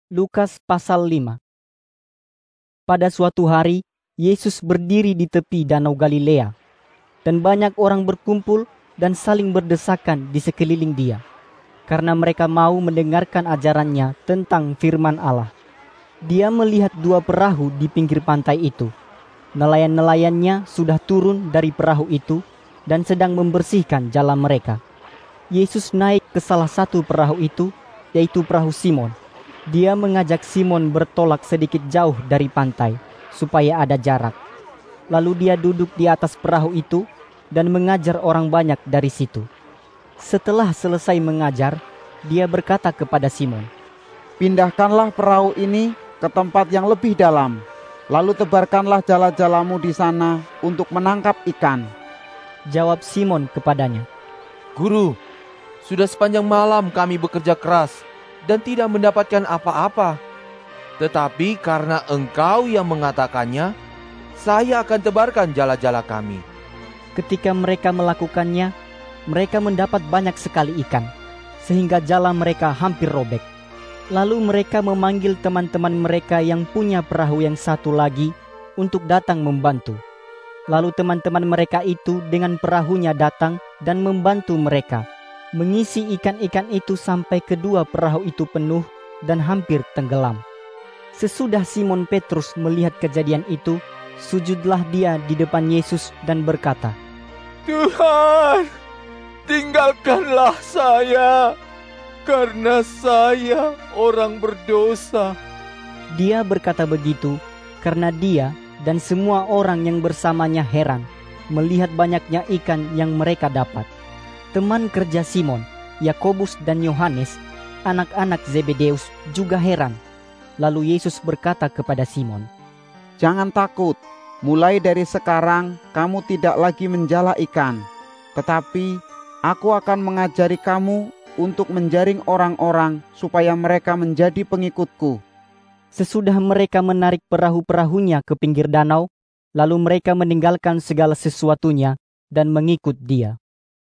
Lukas pasal 5. Pada suatu hari, Yesus berdiri di tepi danau Galilea, dan banyak orang berkumpul dan saling berdesakan di sekeliling dia, karena mereka mau mendengarkan ajarannya tentang firman Allah. Dia melihat 2 perahu di pinggir pantai itu. Nelayan-nelayannya sudah turun dari perahu itu dan sedang membersihkan jalan mereka. Yesus naik ke salah satu perahu itu, yaitu perahu Simon. Dia mengajak Simon bertolak sedikit jauh dari pantai, supaya ada jarak. Lalu dia duduk di atas perahu itu dan mengajar orang banyak dari situ. Setelah selesai mengajar, dia berkata kepada Simon, "Pindahkanlah perahu ini ke tempat yang lebih dalam, lalu tebarkanlah jala-jalamu di sana untuk menangkap ikan." Jawab Simon kepadanya, "Guru, sudah sepanjang malam kami bekerja keras dan tidak mendapatkan apa-apa. Tetapi karena Engkau yang mengatakannya, saya akan tebarkan jala-jala kami." Ketika mereka melakukannya, mereka mendapat banyak sekali ikan, sehingga jala mereka hampir robek. Lalu mereka memanggil teman-teman mereka yang punya perahu yang satu lagi untuk datang membantu. Lalu teman-teman mereka itu dengan perahunya datang dan membantu mereka mengisi ikan-ikan itu sampai kedua perahu itu penuh dan hampir tenggelam. Sesudah Simon Petrus melihat kejadian itu, sujudlah dia di depan Yesus dan berkata, "Tuhan, tinggalkanlah saya, karena saya orang berdosa." Dia berkata begitu karena dia dan semua orang yang bersamanya heran melihat banyaknya ikan yang mereka dapat. Teman kerja Simon, Yakobus dan Yohanes, anak-anak Zebedeus, juga heran. Lalu Yesus berkata kepada Simon, "Jangan takut, mulai dari sekarang kamu tidak lagi menjala ikan, tetapi aku akan mengajari kamu untuk menjaring orang-orang supaya mereka menjadi pengikutku." Sesudah mereka menarik perahu-perahunya ke pinggir danau, lalu mereka meninggalkan segala sesuatunya dan mengikut dia.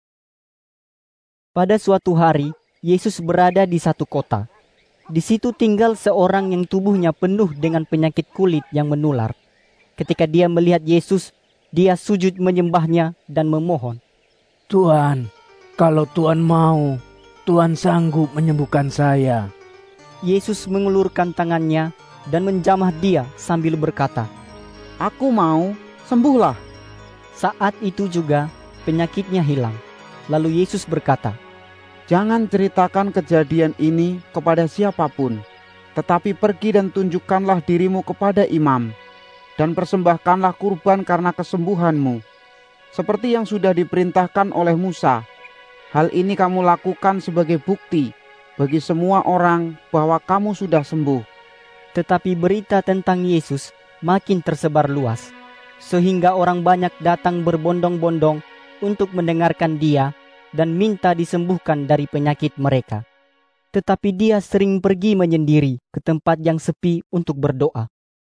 Pada suatu hari, Yesus berada di satu kota. Di situ tinggal seorang yang tubuhnya penuh dengan penyakit kulit yang menular. Ketika dia melihat Yesus, dia sujud menyembahnya dan memohon, "Tuhan, kalau Tuhan mau, Tuhan sanggup menyembuhkan saya." Yesus mengulurkan tangannya dan menjamah dia sambil berkata, "Aku mau, sembuhlah." Saat itu juga penyakitnya hilang. Lalu Yesus berkata, "Jangan ceritakan kejadian ini kepada siapapun, tetapi pergi dan tunjukkanlah dirimu kepada imam, dan persembahkanlah kurban karena kesembuhanmu, seperti yang sudah diperintahkan oleh Musa. Hal ini kamu lakukan sebagai bukti bagi semua orang bahwa kamu sudah sembuh." Tetapi berita tentang Yesus makin tersebar luas, sehingga orang banyak datang berbondong-bondong untuk mendengarkan dia dan minta disembuhkan dari penyakit mereka. Tetapi dia sering pergi menyendiri ke tempat yang sepi untuk berdoa.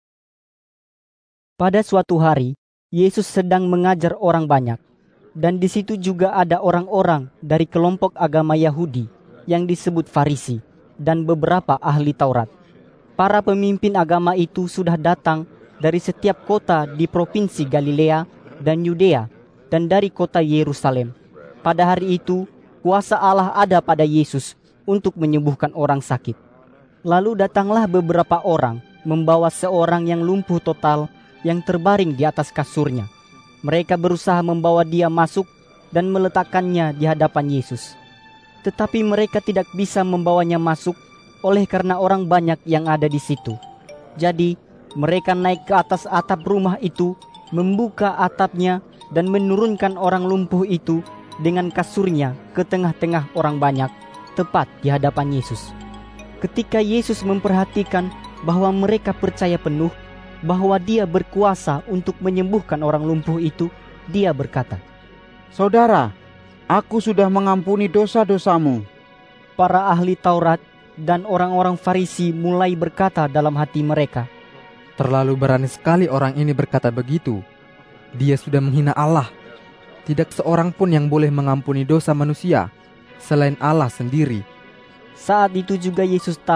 Pada suatu hari, Yesus sedang mengajar orang banyak, dan di situ juga ada orang-orang dari kelompok agama Yahudi yang disebut Farisi dan beberapa ahli Taurat. Para pemimpin agama itu sudah datang dari setiap kota di provinsi Galilea dan Yudea dan dari kota Yerusalem. Pada hari itu, kuasa Allah ada pada Yesus untuk menyembuhkan orang sakit. Lalu datanglah beberapa orang membawa seorang yang lumpuh total yang terbaring di atas kasurnya. Mereka berusaha membawa dia masuk dan meletakkannya di hadapan Yesus. Tetapi mereka tidak bisa membawanya masuk oleh karena orang banyak yang ada di situ. Jadi mereka naik ke atas atap rumah itu, membuka atapnya dan menurunkan orang lumpuh itu dengan kasurnya ke tengah-tengah orang banyak, tepat di hadapan Yesus. Ketika Yesus memperhatikan bahwa mereka percaya penuh bahwa dia berkuasa untuk menyembuhkan orang lumpuh itu, dia berkata, "Saudara, aku sudah mengampuni dosa-dosamu." Para ahli Taurat dan orang-orang Farisi mulai berkata dalam hati mereka, "Terlalu berani sekali orang ini berkata begitu. Dia sudah menghina Allah. Tidak seorang pun yang boleh mengampuni dosa manusia selain Allah sendiri." Saat itu juga Yesus tahu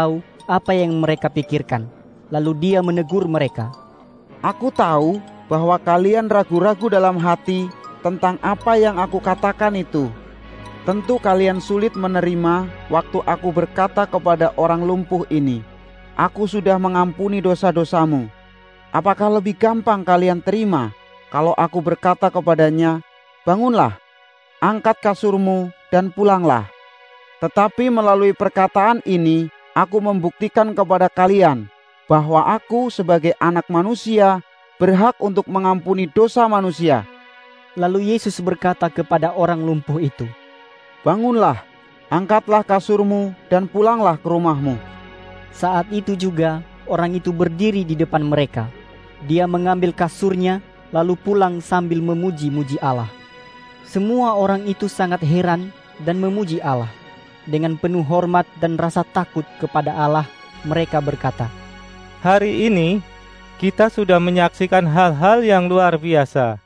apa yang mereka pikirkan. Lalu dia menegur mereka. Aku tahu bahwa kalian ragu-ragu dalam hati tentang apa yang aku katakan itu. Tentu kalian sulit menerima waktu aku berkata kepada orang lumpuh ini, "Aku sudah mengampuni dosa-dosamu." Apakah lebih gampang kalian terima kalau aku berkata kepadanya, "Bangunlah, angkat kasurmu dan pulanglah"? Tetapi melalui perkataan ini, aku membuktikan kepada kalian bahwa aku sebagai anak manusia berhak untuk mengampuni dosa manusia. Lalu Yesus berkata kepada orang lumpuh itu, "Bangunlah, angkatlah kasurmu dan pulanglah ke rumahmu." Saat itu juga orang itu berdiri di depan mereka. Dia mengambil kasurnya lalu pulang sambil memuji-muji Allah. Semua orang itu sangat heran dan memuji Allah. Dengan penuh hormat dan rasa takut kepada Allah, mereka berkata, "Hari ini kita sudah menyaksikan hal-hal yang luar biasa."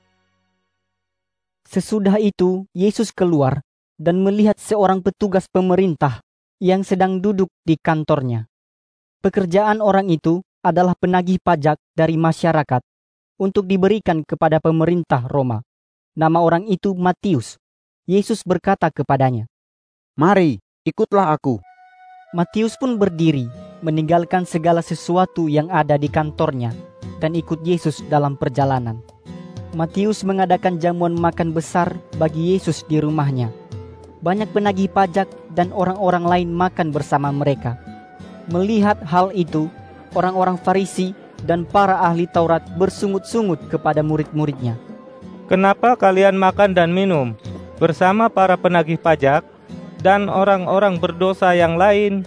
Sesudah itu, Yesus keluar dan melihat seorang petugas pemerintah yang sedang duduk di kantornya. Pekerjaan orang itu adalah penagih pajak dari masyarakat untuk diberikan kepada pemerintah Roma. Nama orang itu Matius. Yesus berkata kepadanya, "Mari, ikutlah aku." Matius pun berdiri, meninggalkan segala sesuatu yang ada di kantornya, dan ikut Yesus dalam perjalanan. Matius mengadakan jamuan makan besar bagi Yesus di rumahnya. Banyak penagih pajak dan orang-orang lain makan bersama mereka. Melihat hal itu, orang-orang Farisi dan para ahli Taurat bersungut-sungut kepada murid-muridnya. "Kenapa kalian makan dan minum bersama para penagih pajak dan orang-orang berdosa yang lain?"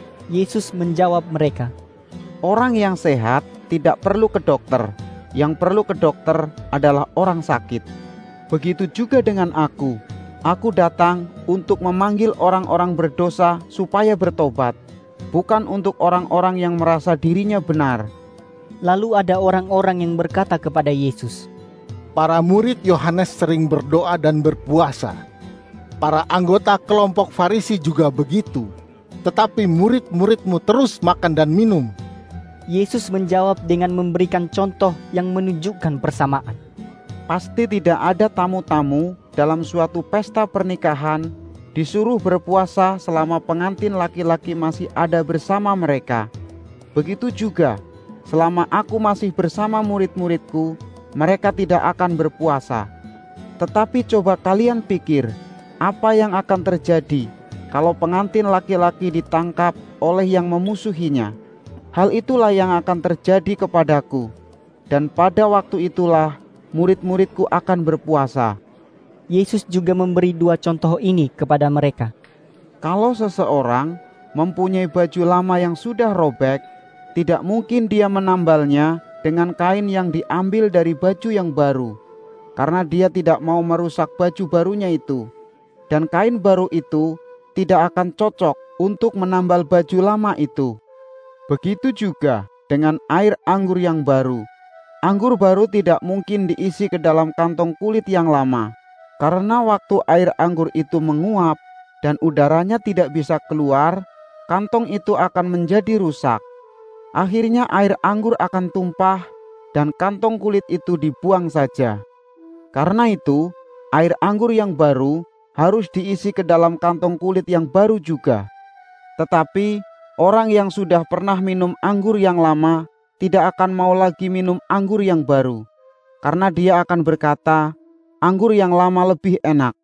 Yesus menjawab mereka, "Orang yang sehat tidak perlu ke dokter. Yang perlu ke dokter adalah orang sakit. Begitu juga dengan aku. Aku datang untuk memanggil orang-orang berdosa supaya bertobat, bukan untuk orang-orang yang merasa dirinya benar." Lalu ada orang-orang yang berkata kepada Yesus, "Para murid Yohanes sering berdoa dan berpuasa. Para anggota kelompok Farisi juga begitu. Tetapi murid-muridmu terus makan dan minum." Yesus menjawab dengan memberikan contoh yang menunjukkan persamaan. Pasti tidak ada tamu-tamu dalam suatu pesta pernikahan disuruh berpuasa selama pengantin laki-laki masih ada bersama mereka. Begitu juga, selama aku masih bersama murid-muridku, mereka tidak akan berpuasa. Tetapi coba kalian pikir, apa yang akan terjadi kalau pengantin laki-laki ditangkap oleh yang memusuhinya? Hal itulah yang akan terjadi kepadaku, dan pada waktu itulah murid-muridku akan berpuasa. Yesus juga memberi dua contoh ini kepada mereka. Kalau seseorang mempunyai baju lama yang sudah robek, tidak mungkin dia menambalnya dengan kain yang diambil dari baju yang baru, karena dia tidak mau merusak baju barunya itu. Dan kain baru itu tidak akan cocok untuk menambal baju lama itu. Begitu juga dengan air anggur yang baru. Anggur baru tidak mungkin diisi ke dalam kantong kulit yang lama, karena waktu air anggur itu menguap dan udaranya tidak bisa keluar, kantong itu akan menjadi rusak. Akhirnya air anggur akan tumpah dan kantong kulit itu dibuang saja. Karena itu, air anggur yang baru harus diisi ke dalam kantong kulit yang baru juga. Tetapi orang yang sudah pernah minum anggur yang lama tidak akan mau lagi minum anggur yang baru, karena dia akan berkata, anggur yang lama lebih enak.